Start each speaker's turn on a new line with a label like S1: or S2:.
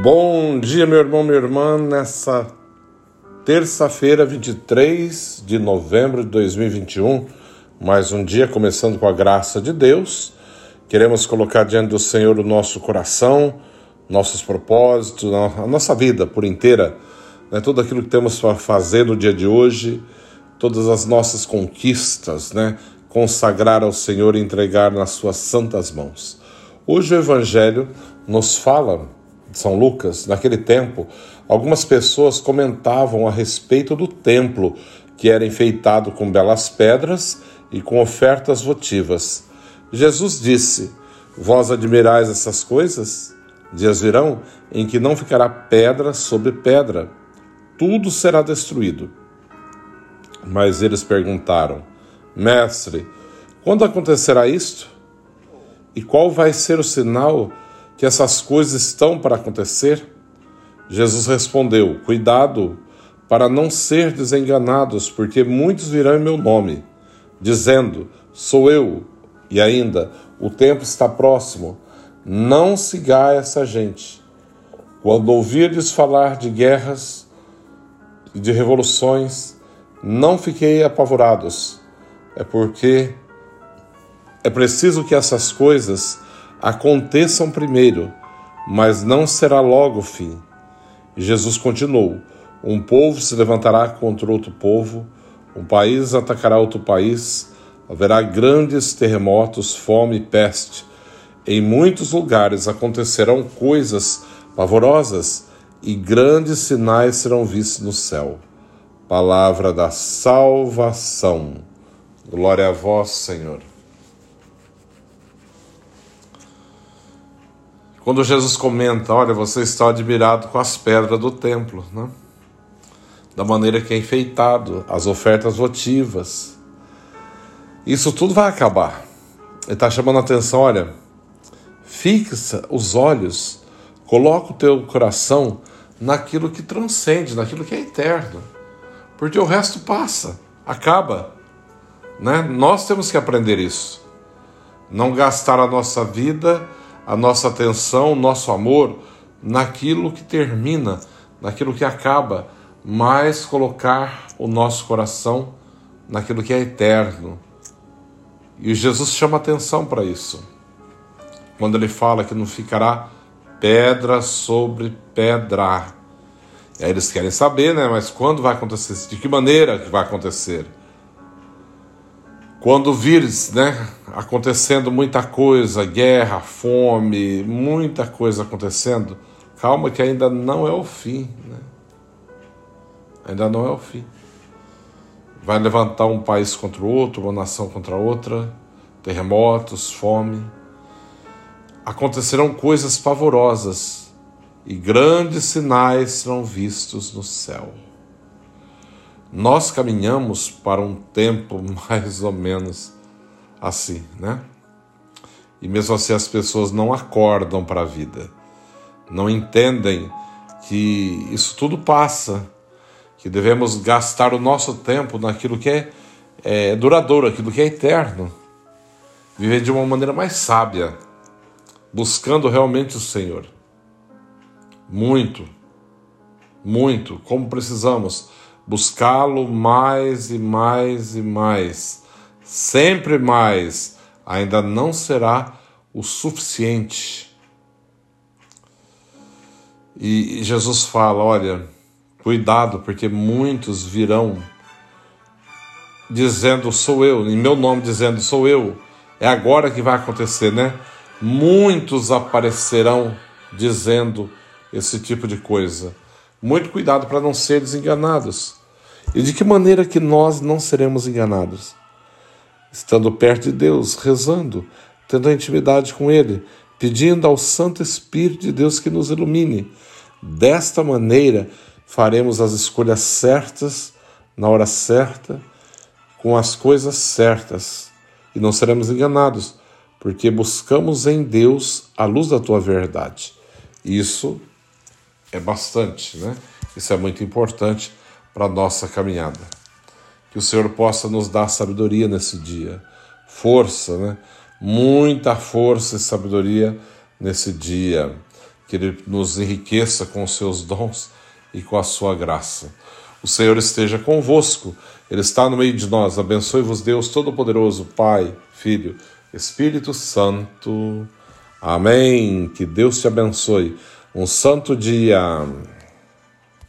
S1: Bom dia, meu irmão, minha irmã, nessa terça-feira, 23 de novembro de 2021, mais um dia começando com a graça de Deus. Queremos colocar diante do Senhor o nosso coração, nossos propósitos, a nossa vida por inteira, né? Tudo aquilo que temos para fazer no dia de hoje, todas as nossas conquistas, né? Consagrar ao Senhor e entregar nas suas santas mãos. Hoje o Evangelho nos fala de São Lucas. Naquele tempo, algumas pessoas comentavam a respeito do templo, que era enfeitado com belas pedras e com ofertas votivas. Jesus disse: vós admirais essas coisas? Dias virão em que não ficará pedra sobre pedra, tudo será destruído. Mas eles perguntaram: Mestre, quando acontecerá isto? E qual vai ser o sinal que essas coisas estão para acontecer? Jesus respondeu: cuidado para não ser desenganados, porque muitos virão em meu nome, dizendo: sou eu, e ainda, o tempo está próximo. Não sigais essa gente. Quando ouvirdes falar de guerras e de revoluções, não fiquei apavorados. É porque é preciso que essas coisas aconteçam primeiro, mas não será logo o fim. E Jesus continuou: um povo se levantará contra outro povo, um país atacará outro país, haverá grandes terremotos, fome e peste. Em muitos lugares acontecerão coisas pavorosas e grandes sinais serão vistos no céu. Palavra da salvação. Glória a vós, Senhor. Quando Jesus comenta: olha, você está admirado com as pedras do templo, né? Da maneira que é enfeitado, as ofertas votivas. Isso tudo vai acabar. Ele está chamando a atenção: olha, fixa os olhos, coloca o teu coração naquilo que transcende, naquilo que é eterno. Porque o resto passa, acaba, né? Nós temos que aprender isso. Não gastar a nossa vida, a nossa atenção, o nosso amor naquilo que termina, naquilo que acaba, mas colocar o nosso coração naquilo que é eterno. E Jesus chama atenção para isso, quando ele fala que não ficará pedra sobre pedra. E aí eles querem saber, né? Mas quando vai acontecer? De que maneira que vai acontecer? Quando vires, né, acontecendo muita coisa, guerra, fome, muita coisa acontecendo, calma que ainda não é o fim, né? Ainda não é o fim. Vai levantar um país contra o outro, uma nação contra a outra, terremotos, fome. Acontecerão coisas pavorosas e grandes sinais serão vistos no céu. Nós caminhamos para um tempo mais ou menos assim, né? E mesmo assim as pessoas não acordam para a vida, não entendem que isso tudo passa, que devemos gastar o nosso tempo naquilo que é duradouro, aquilo que é eterno, viver de uma maneira mais sábia, buscando realmente o Senhor. Muito, muito, como precisamos buscá-lo mais e mais e mais, sempre mais. Ainda não será o suficiente. E Jesus fala: olha, cuidado, porque muitos virão dizendo: sou eu, em meu nome dizendo: sou eu. É agora que vai acontecer, né? Muitos aparecerão dizendo esse tipo de coisa. Muito cuidado para não ser desenganados. E de que maneira que nós não seremos enganados? Estando perto de Deus, rezando, tendo a intimidade com Ele, pedindo ao Santo Espírito de Deus que nos ilumine. Desta maneira, faremos as escolhas certas, na hora certa, com as coisas certas. E não seremos enganados, porque buscamos em Deus a luz da tua verdade. Isso é bastante, né? Isso é muito importante para a nossa caminhada. Que o Senhor possa nos dar sabedoria nesse dia, força, né? Muita força e sabedoria nesse dia. que Ele nos enriqueça com os seus dons e com a sua graça. O Senhor esteja convosco, Ele está no meio de nós. Abençoe-vos Deus Todo-Poderoso, Pai, Filho, Espírito Santo. Amém. Que Deus te abençoe. Um santo dia.